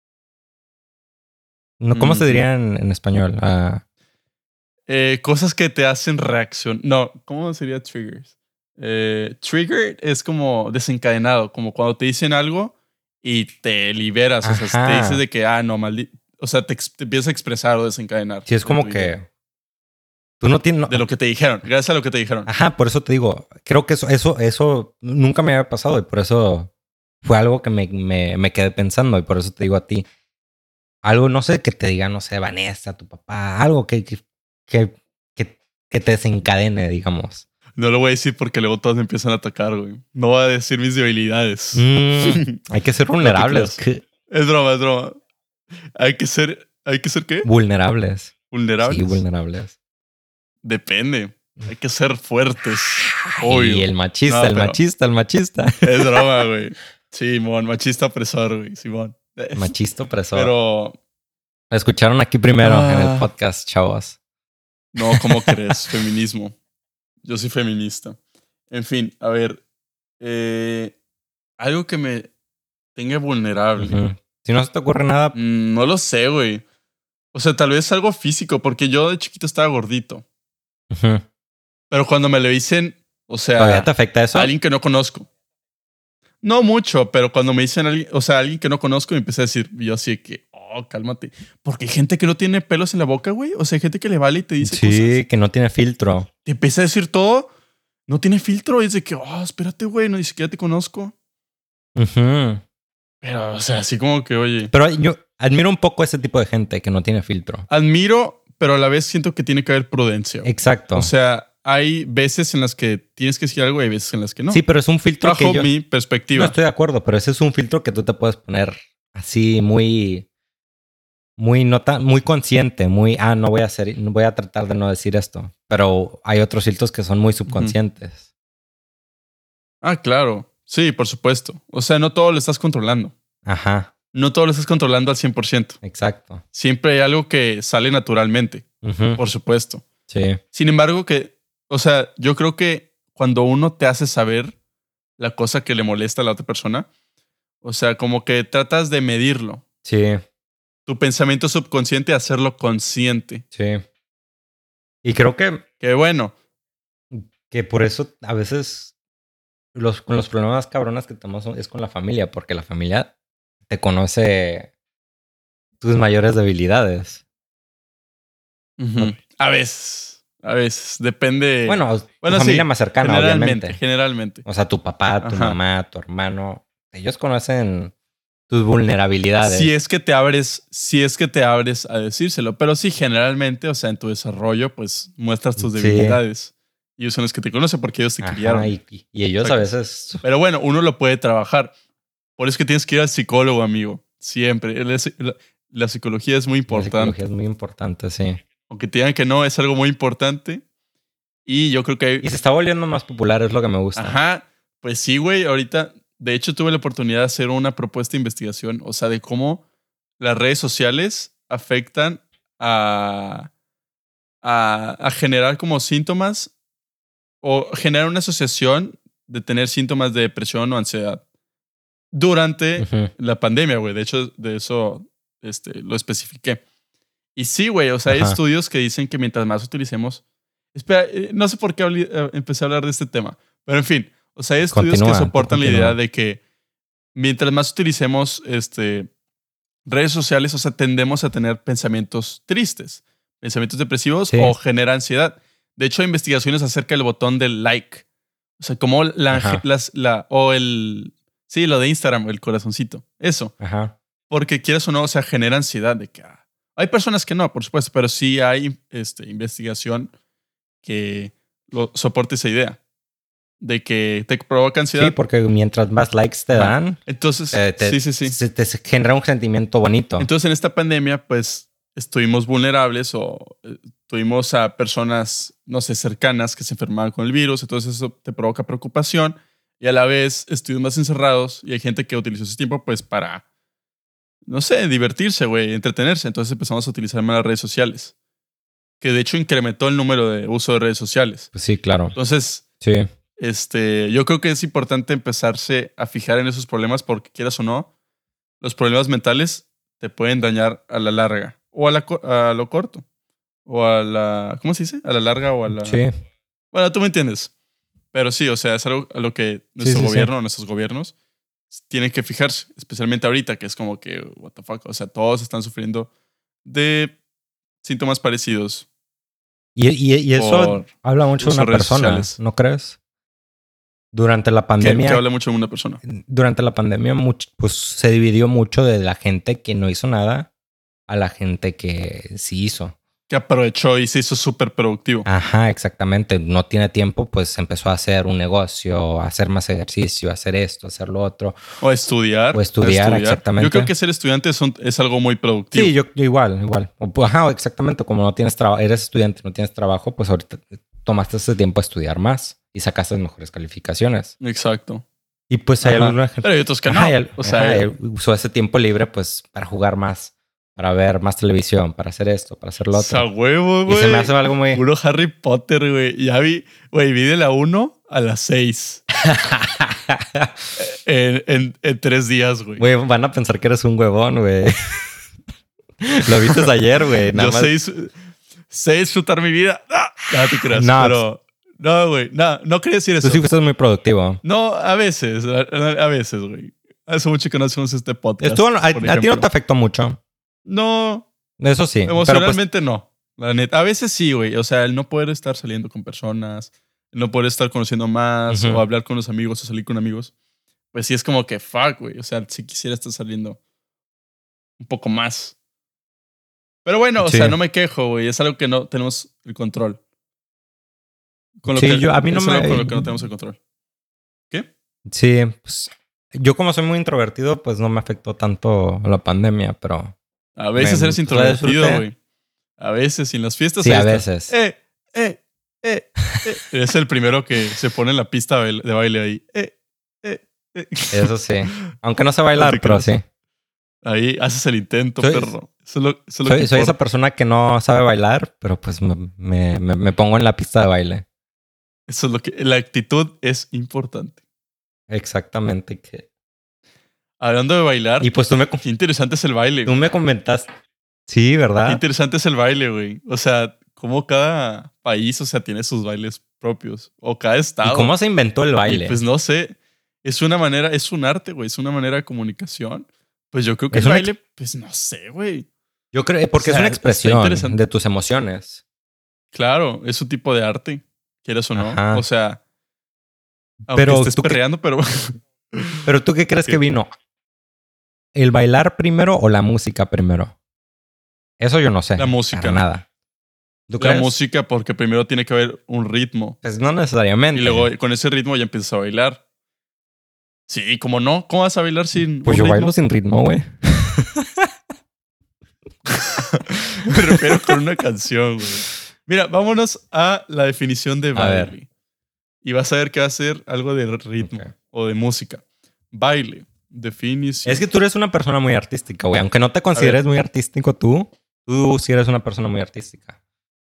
No, ¿cómo se diría en español? Cosas que te hacen reacción. No, ¿cómo sería triggers? Trigger es como desencadenado, como cuando te dicen algo y te liberas. Ajá. O sea, te dices de que, no, maldito. O sea, te empiezas a expresar o desencadenar. Sí, es como que... Tú no tienes... De lo que te dijeron, gracias a lo que te dijeron. Ajá, por eso te digo, creo que eso nunca me había pasado y por eso fue algo que me quedé pensando y por eso te digo a ti. Algo, no sé, que te diga, no sé, Vanessa, tu papá, algo que te desencadene, digamos. No lo voy a decir porque luego todos me empiezan a atacar, güey. No voy a decir mis debilidades. Hay que ser vulnerables. Es broma. ¿Hay que ser qué? Vulnerables. ¿Vulnerables? Sí, vulnerables. Depende. Hay que ser fuertes. Obvio. Y el machista. Es broma, güey. Simón, machista opresor, güey. Simón. Machista opresor. Pero... Lo escucharon aquí primero en el podcast, chavos. No, ¿cómo crees? Feminismo. Yo soy feminista. En fin, a ver. Algo que me tenga vulnerable. Si no se te ocurre nada... No lo sé, güey. O sea, tal vez algo físico, porque yo de chiquito estaba gordito. Uh-huh. Pero cuando me lo dicen, o sea... ¿Todavía te afecta eso? Alguien que no conozco. No mucho, pero cuando me dicen alguien, o sea, alguien que no conozco, me empecé a decir, yo así de que, oh, cálmate. Porque hay gente que no tiene pelos en la boca, güey. O sea, hay gente que le vale y te dice cosas. Sí, que no tiene filtro. Te empieza a decir todo, no tiene filtro. Y es de que, oh, espérate, güey, no, ni siquiera te conozco. Uh-huh. Pero, o sea, así como que, oye. Pero yo admiro un poco ese tipo de gente que no tiene filtro. Admiro, pero a la vez siento que tiene que haber prudencia. Exacto. O sea, hay veces en las que tienes que decir algo y hay veces en las que no. Sí, pero es un filtro Bajo que yo... mi perspectiva. No estoy de acuerdo, pero ese es un filtro que tú te puedes poner así muy muy consciente, no voy a tratar de no decir esto. Pero hay otros filtros que son muy subconscientes. Ah, claro. Sí, por supuesto. O sea, no todo lo estás controlando. Ajá. No todo lo estás controlando al 100%. Exacto. Siempre hay algo que sale naturalmente, por supuesto. Sí. Sin embargo, o sea, yo creo que cuando uno te hace saber la cosa que le molesta a la otra persona, o sea, como que tratas de medirlo. Sí. Tu pensamiento subconsciente, hacerlo consciente. Sí. Y creo que... Que bueno. Que por eso a veces con los problemas cabronas que tenemos es con la familia, porque la familia te conoce tus mayores debilidades. A veces, depende. Bueno, tu familia más cercana, obviamente. Generalmente. O sea, tu papá, tu mamá, tu hermano, ellos conocen tus vulnerabilidades. Si es que te abres a decírselo. Pero sí, generalmente, o sea, en tu desarrollo, pues muestras tus debilidades. Y ellos son los que te conocen porque ellos te criaron. Y ellos a veces... Pero bueno, uno lo puede trabajar. Por eso es que tienes que ir al psicólogo, amigo. Siempre. La psicología es muy importante. La psicología es muy importante, sí. Aunque te digan que no, es algo muy importante. Y yo creo que... Y se está volviendo más popular, es lo que me gusta. Ajá. Pues sí, güey. Ahorita, de hecho, tuve la oportunidad de hacer una propuesta de investigación. O sea, de cómo las redes sociales afectan a generar como síntomas o generar una asociación de tener síntomas de depresión o ansiedad durante la pandemia, güey. De hecho, de eso lo especifiqué. Y sí, güey, o sea, hay estudios que dicen que mientras más utilicemos... Espera, no sé por qué empecé a hablar de este tema, pero en fin, o sea, hay estudios que soportan la idea de que mientras más utilicemos redes sociales, o sea, tendemos a tener pensamientos tristes, pensamientos depresivos o genera ansiedad. De hecho, hay investigaciones acerca del botón del like. O sea, como lo de Instagram, el corazoncito. Eso. Ajá. Porque quieras o no, o sea, genera ansiedad de que... hay personas que no, por supuesto, pero sí hay investigación que soporte esa idea de que te provoca ansiedad. Sí, porque mientras más likes te dan, entonces se te genera un sentimiento bonito. Entonces, en esta pandemia, pues, estuvimos vulnerables o tuvimos a personas, no sé, cercanas que se enfermaban con el virus. Entonces, eso te provoca preocupación y a la vez estuvimos más encerrados y hay gente que utilizó ese tiempo, pues, para, no sé, divertirse, güey, entretenerse. Entonces empezamos a utilizar más las redes sociales, que de hecho incrementó el número de uso de redes sociales. Pues sí, claro. Entonces, yo creo que es importante empezarse a fijar en esos problemas porque quieras o no, los problemas mentales te pueden dañar a la larga o a lo corto o a la, ¿cómo se dice? A la larga o a la... Sí. Bueno, tú me entiendes. Pero sí, o sea, es algo a lo que nuestro gobierno, nuestros gobiernos tienen que fijarse, especialmente ahorita, que es como que, what the fuck, o sea, todos están sufriendo de síntomas parecidos. Y eso habla mucho de una persona, sociales. ¿No crees? Durante la pandemia... ¿Qué habla mucho de una persona? Durante la pandemia, pues se dividió mucho de la gente que no hizo nada a la gente que sí hizo. Que aprovechó y se hizo súper productivo. Ajá, exactamente. No tiene tiempo, pues empezó a hacer un negocio, a hacer más ejercicio, a hacer esto, a hacer lo otro. O estudiar. Exactamente. Yo creo que ser estudiante es algo muy productivo. Sí, yo igual. Ajá, exactamente. Como no tienes trabajo, eres estudiante, no tienes trabajo, pues ahorita tomaste ese tiempo a estudiar más y sacaste mejores calificaciones. Exacto. Y pues hay alguna gente... Pero hay otros que no. Usó ese tiempo libre pues para jugar más para ver más televisión, para hacer esto, para hacer lo O sea, otro. huevo, güey. Y se me hace algo muy... Puro Harry Potter, güey. Ya vi de la 1 a la 6. en 3 días, güey. Güey, van a pensar que eres un huevón, güey. Lo viste ayer, güey. Yo sé disfrutar mi vida. No te creas. No, pero... No, güey. No quería decir eso. Tú sí fuiste muy productivo. No, a veces, güey. Hace mucho que no hacemos este podcast. A ti no te afectó mucho. No. Eso sí. Emocionalmente no. La neta. A veces sí, güey. O sea, el no poder estar saliendo con personas, el no poder estar conociendo más, o hablar con los amigos, o salir con amigos. Pues sí es como que fuck, güey. O sea, si quisiera estar saliendo un poco más. Pero bueno, o sea, no me quejo, güey. Es algo que no tenemos el control. Con lo a mí no es algo con lo que no tenemos el control. ¿Qué? Sí, pues yo como soy muy introvertido, pues no me afectó tanto la pandemia, pero... A veces eres introvertido, güey. A veces, y en las fiestas... Sí, a veces. Es el primero que se pone en la pista de baile ahí. Eso sí. Aunque no sé bailar, pero sí. Ahí haces el intento, perro. Soy esa persona que no sabe bailar, pero pues me pongo en la pista de baile. Eso es lo que... La actitud es importante. Exactamente. Hablando de bailar... Y pues qué interesante es el baile. Tú me comentaste... Sí, ¿verdad? Qué interesante es el baile, güey. O sea, cómo cada país, o sea, tiene sus bailes propios. O cada estado. ¿Y cómo se inventó el baile? Y pues no sé. Es una manera... Es un arte, güey. Es una manera de comunicación. Pues yo creo que el baile... Pues no sé, güey. Yo creo... Porque es una expresión de tus emociones. Claro. Es un tipo de arte. Quieras o no. Ajá. O sea... Aunque estés perreando, pero... Pero ¿tú qué crees que vino? ¿El bailar primero o la música primero? Eso yo no sé. La música. Para nada. ¿Tú crees? La música porque primero tiene que haber un ritmo. Pues no necesariamente. Y luego con ese ritmo ya empiezas a bailar. Sí, ¿cómo no? ¿Cómo vas a bailar sin Pues yo ritmo? bailo sin ritmo, güey. Me refiero con una canción, güey. Mira, vámonos a la definición de baile. Y vas a ver que va a ser algo de ritmo o de música. Baile. Definición. Es que tú eres una persona muy artística, güey. Aunque no te consideres muy artístico tú sí eres una persona muy artística.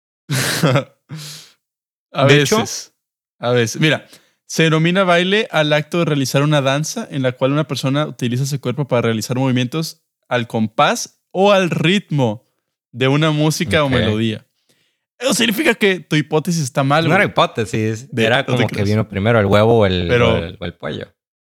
A veces. Mira, se denomina baile al acto de realizar una danza en la cual una persona utiliza su cuerpo para realizar movimientos al compás o al ritmo de una música o melodía. Eso significa que tu hipótesis está mal, No era hipótesis. Era como que vino primero el huevo o el pollo.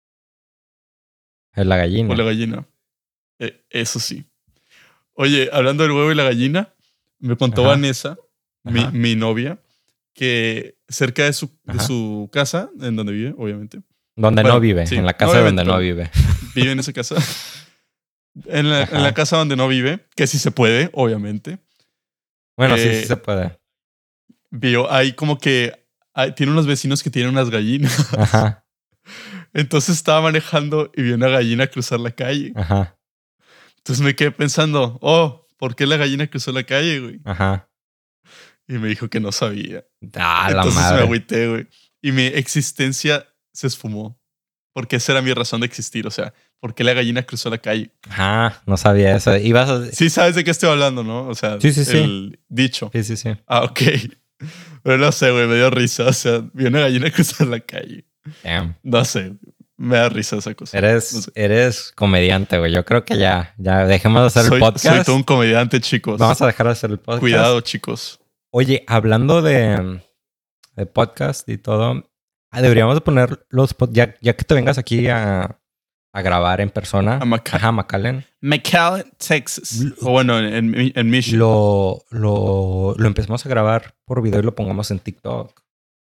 La gallina. O la gallina. Eso sí. Oye, hablando del huevo y la gallina, me contó Vanessa, mi novia, que cerca de su casa, en donde vive, obviamente. Donde no vive, sí, en la casa donde no vive. Vive en esa casa. En la casa donde no vive, que sí se puede, obviamente. Bueno, sí se puede. Vio ahí como que tiene unos vecinos que tienen unas gallinas. Ajá. Entonces estaba manejando y vio una gallina cruzar la calle. Ajá. Entonces me quedé pensando, ¿por qué la gallina cruzó la calle, güey? Ajá. Y me dijo que no sabía. La Entonces madre. me agüité, güey. Y mi existencia se esfumó. Porque esa era mi razón de existir. O sea, ¿por qué la gallina cruzó la calle? Ajá, no sabía eso. Sí sabes de qué estoy hablando, ¿no? O sea, sí. El dicho. Sí. Ok. Pero no sé, güey, me dio risa. O sea, vi una gallina cruzar la calle. Damn. No sé, me da risa esa cosa. Eres comediante, güey. Yo creo que ya dejemos de hacer el podcast. Soy todo un comediante, chicos. Vamos a dejar de hacer el podcast. Cuidado, chicos. Oye, hablando de podcast y todo, deberíamos de poner los ya que te vengas aquí a grabar en persona. A McAllen. McAllen, Texas. O bueno, en Michigan. Lo empezamos a grabar por video y lo pongamos en TikTok.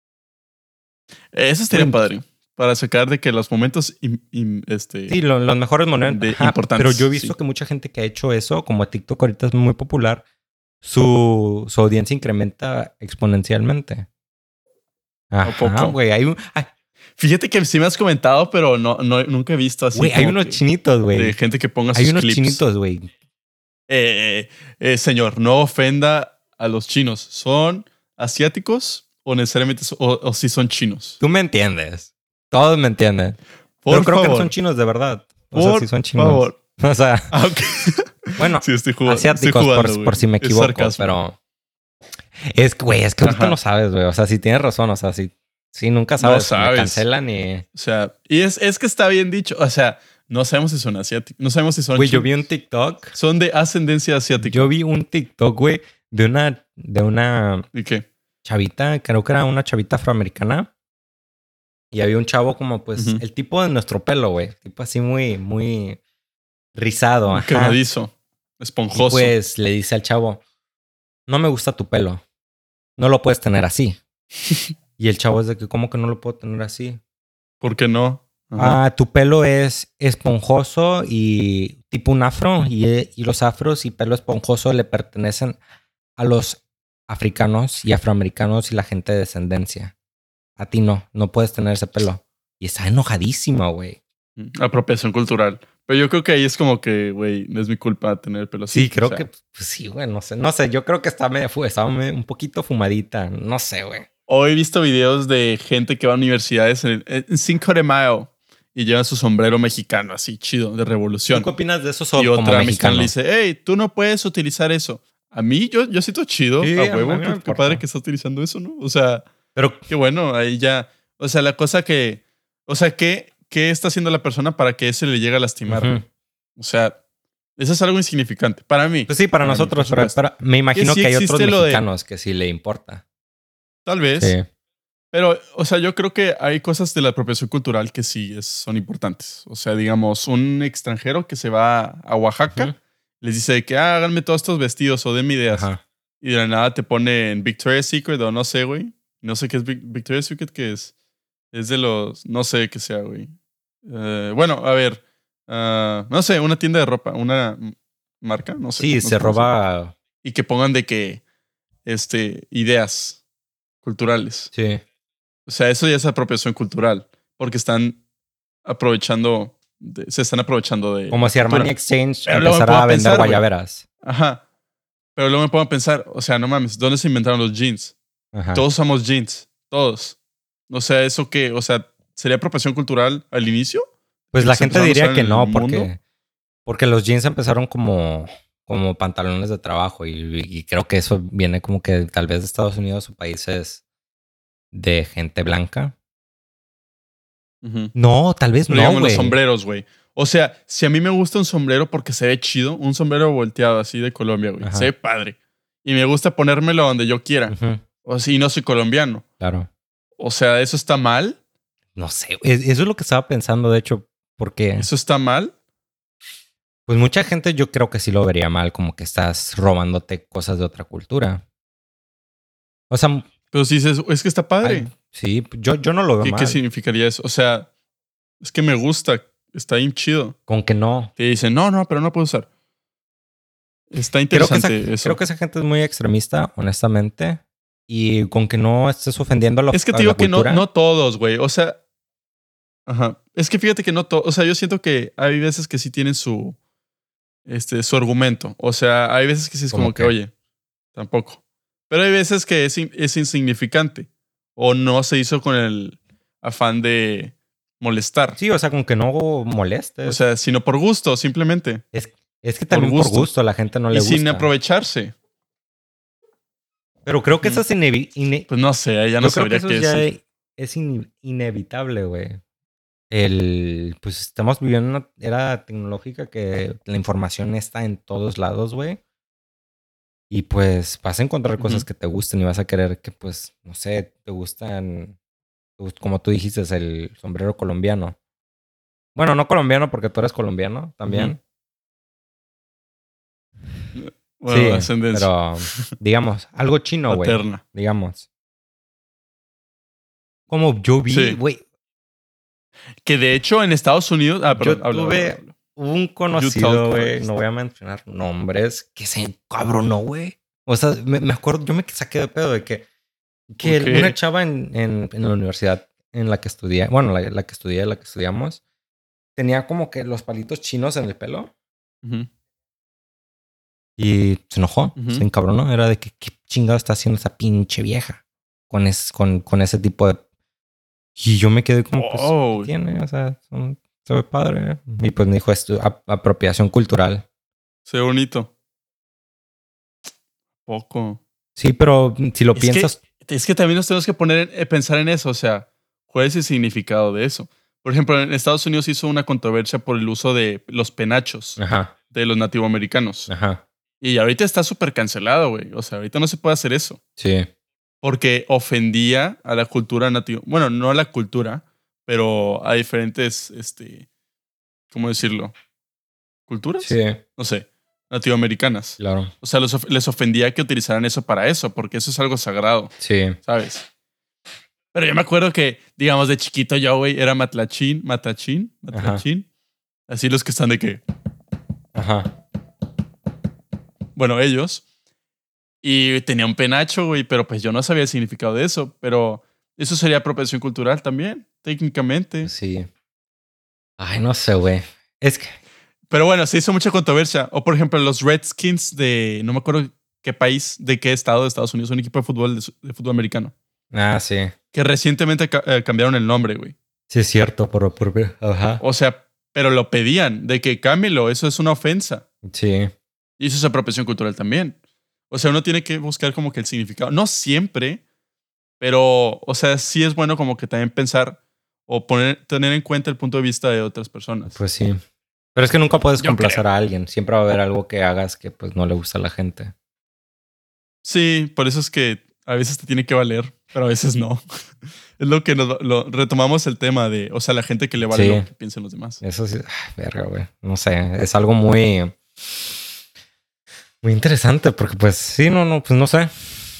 Eso estaría padre. Para sacar de que los momentos... Sí, los mejores momentos. Importantes. Pero yo he visto que mucha gente que ha hecho eso, como TikTok ahorita es muy popular, su audiencia incrementa exponencialmente. Ajá, güey. Fíjate que sí me has comentado, pero nunca he visto así. Güey, hay unos chinitos, güey. De gente que ponga sus clips. Hay unos chinitos, güey. Señor, no ofenda a los chinos. ¿Son asiáticos o necesariamente o si son chinos? Tú me entiendes. Todos me entienden. Pero creo que no son chinos de verdad. O sea, sí son chinos. Por favor, O sea, Ok. bueno, Sí, estoy jugando. asiáticos, por si me Es equivoco, sarcasmo. pero... Es que, güey, es que ahorita Ajá. no sabes, güey. O sea, si tienes razón, o sea, si nunca No sabes, me sabes. cancelan y... O sea, y es que está bien dicho. O sea, no sabemos si son asiáticos. No sabemos si son Güey, yo chinos. vi un TikTok. Son de ascendencia asiática. Yo vi un TikTok, güey, de una ¿Y qué? chavita, creo que era una chavita afroamericana. Y había un chavo como, pues, Ujú. el tipo de nuestro pelo, güey. Tipo así muy rizado, ajá. Quemadizo. Y Esponjoso. pues le dice al chavo, no me gusta tu pelo. No lo puedes tener así. Y el chavo es de que, ¿cómo que no lo puedo tener así? ¿Por qué no? Ajá. Ah, tu pelo es esponjoso y tipo un afro. Y los afros y pelo esponjoso le pertenecen a los africanos y afroamericanos y la gente de descendencia. A ti no puedes tener ese pelo. Y está enojadísima, güey. Apropiación cultural. Pero yo creo que ahí es como que, güey, no es mi culpa tener el pelo así. Sí, creo O sea, que pues sí, güey, no sé. Yo creo que estaba un poquito fumadita. No sé, güey. hoy he visto videos de gente que va a universidades en Cinco de Mayo y lleva su sombrero mexicano así, chido, de ¿Tú revolución. qué opinas de eso Y como otra mexicana mexicano? le dice, hey, tú no puedes utilizar eso. A mí, yo siento chido, Sí, a a mí huevo, me qué importa. padre que está utilizando eso, ¿no? O sea, Pero qué bueno, ahí ya. O sea, la cosa que. O sea, ¿qué está haciendo la persona para que ese le llegue a lastimar? ujú. O sea, eso es algo insignificante. Para mí. Pues sí, para mí, nosotros, por pero, supuesto. me imagino sí que hay otros existe lo de- mexicanos que sí le importa. Tal vez. Sí. Pero, o sea, yo creo que hay cosas de la apropiación cultural que sí son importantes. O sea, digamos, un extranjero que se va a Oaxaca Ujú. les dice de que háganme todos estos vestidos o denme ideas. Ajá. Y de la nada te ponen Victoria's Secret o no sé, güey. No sé qué es Victoria's Secret, ¿qué es? Es de los. No sé qué sea, güey. Bueno, a ver. No sé, una tienda de ropa, una marca, no sé. Sí, no se sé cómo se llama. roba. Y que pongan de que. Ideas culturales. Sí. O sea, eso ya es apropiación cultural. Porque están aprovechando. Se están aprovechando de. Como la si cultura. Armani Exchange Pero luego me empezara pongo a a vender pensar, güey. guayaberas. Ajá. Pero luego me pongo a pensar, o sea, no mames, ¿dónde se inventaron los jeans? Ajá. Todos usamos jeans, todos. O sea, ¿eso qué? O sea, ¿sería apropiación cultural al inicio? Pues la se gente empezaron a diría usar que en el no, mundo. porque los jeans empezaron como pantalones de trabajo y creo que eso viene como que tal vez de Estados Unidos o países de gente blanca. Ujú. No, tal vez Pero no, digamos los güey. sombreros, güey. O sea, si a mí me gusta un sombrero porque se ve chido, un sombrero volteado así de Colombia, güey. Ajá. Se ve padre. Y me gusta ponérmelo donde yo quiera. Ujú, O si no soy colombiano. claro. O sea, ¿eso está mal? No sé, eso es lo que estaba pensando, de hecho, porque ¿Eso está mal? pues mucha gente yo creo que sí lo vería mal, como que estás robándote cosas de otra cultura. O sea, Pero si dices, es que está padre. sí, yo no lo veo ¿Qué mal. significaría eso? O sea, es que me gusta. Está bien chido. Con que no. Te dicen, no, pero no puedo usar. Está Creo que, interesante eso. creo que esa gente es muy extremista, honestamente. Y con que no estés ofendiendo a la, Es que a te la digo que cultura. no todos, güey. O sea, ajá. Es que fíjate que no todos. O sea, yo siento que hay veces que sí tienen su argumento. O sea, hay veces que sí es ¿Cómo como que, qué? oye, tampoco. Pero hay veces que es insignificante. O no se hizo con el afán de molestar. Sí, o sea, con que no molestes. O sea, sino por gusto, simplemente. es que también por gusto a la gente no le Y gusta. sin aprovecharse. Pero creo que eso es Pues no sé, ya no yo creo que sabría eso qué ya decir. es inevitable, güey. Pues estamos viviendo una era tecnológica que la información está en todos lados, güey. Y pues vas a encontrar cosas Ujú. que te gusten y vas a querer que, pues, no sé, te gustan, como tú dijiste, el sombrero colombiano. Bueno, no colombiano porque tú eres colombiano también. Bueno, Sí, ascendencia pero digamos, algo chino, güey. paterna. Digamos. Como yo vi, Sí. güey. Que de hecho en Estados Unidos. Ah, perdón, Yo habla. tuve un You conocido, talk güey, first. no voy a mencionar nombres, que se encabronó, güey. O sea, me acuerdo, yo me saqué de pedo de que ¿Por qué? una chava en la universidad en la que estudié, bueno, la que estudié, la que estudiamos, tenía como que los palitos chinos en el pelo Ujú. y se enojó, Ujú. se encabronó. Era de que qué chingado está haciendo esa pinche vieja con ese tipo de... Y yo me quedé como, pues, Oh. ¿qué tiene? O sea, son se ve padre. Y pues me dijo esto, apropiación cultural. Se ve bonito. Poco. Sí, pero si lo piensas... Es que también nos tenemos que pensar en eso. O sea, ¿cuál es el significado de eso? Por ejemplo, en Estados Unidos hizo una controversia por el uso de los penachos de los nativoamericanos. Y ahorita está súper cancelado, güey. O sea, ahorita no se puede hacer eso. Sí. Porque ofendía a la cultura nativa. Bueno, no a la cultura, pero a diferentes, ¿cómo decirlo? ¿Culturas? Sí. No sé, nativoamericanas. Claro. O sea, les ofendía que utilizaran eso para eso, porque eso es algo sagrado. Sí. ¿Sabes? Pero yo me acuerdo que, digamos, de chiquito yo, güey, era matachín. Así los que están de que... Bueno, ellos. Y tenía un penacho, güey, pero pues yo no sabía el significado de eso. Pero eso sería apropiación cultural también, técnicamente. Sí. Ay, no sé, güey. Es que... Pero bueno, se hizo mucha controversia. O por ejemplo, los Redskins de... No me acuerdo qué país, de qué estado de Estados Unidos. Un equipo de fútbol, de fútbol americano. Ah, sí. Que recientemente cambiaron el nombre, güey. Sí, es cierto. O sea, pero lo pedían. De que cámbialo, eso es una ofensa. Sí. Y eso es apropiación cultural también. O sea, uno tiene que buscar como que el significado. No siempre, pero, o sea, sí es bueno como que también pensar o tener en cuenta el punto de vista de otras personas. Pues sí. Pero es que nunca puedes complacer a alguien. Siempre va a haber algo que hagas que pues no le gusta a la gente. Sí, por eso es que a veces te tiene que valer, pero a veces no. Es lo que retomamos el tema de, o sea, la gente que le vale lo que piensen los demás. Eso sí, verga, güey. No sé, es algo muy... Muy interesante, porque pues sí, pues no sé.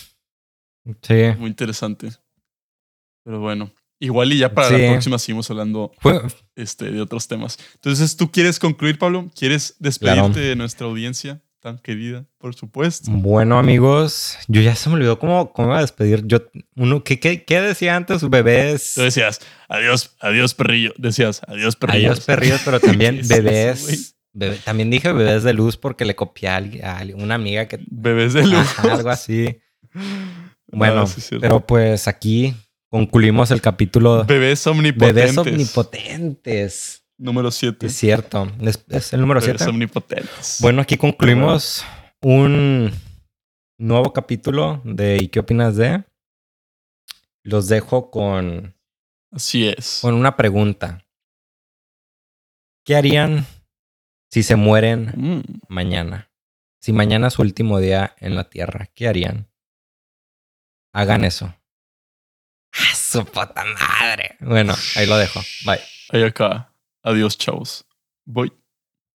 Sí. Muy interesante. Pero bueno, igual y ya para la próxima seguimos hablando de otros temas. Entonces, ¿tú quieres concluir, Pablo? ¿Quieres despedirte de nuestra audiencia tan querida? Por supuesto. Bueno, amigos, yo ya se me olvidó cómo me iba a despedir. ¿Qué decía antes? Bebés. Tú decías, adiós, perrillo. Decías, adiós, perrillos. Adiós, perrillos, pero también bebés. También dije bebés de luz porque le copié a una amiga que... Bebés de luz. Algo así. Bueno, pero pues aquí concluimos el capítulo... Bebés omnipotentes. Número 7. Es cierto. Es el número 7. Bebés omnipotentes. Bueno, aquí concluimos un nuevo capítulo de ¿Y qué opinas de? Los dejo con... Así es. Con una pregunta. ¿Qué harían si se mueren mañana? Si mañana es su último día en la Tierra, ¿qué harían? Hagan eso. ¡Ah, su puta madre! Bueno, ahí lo dejo. Bye. Ahí acá. Adiós, chavos. Voy.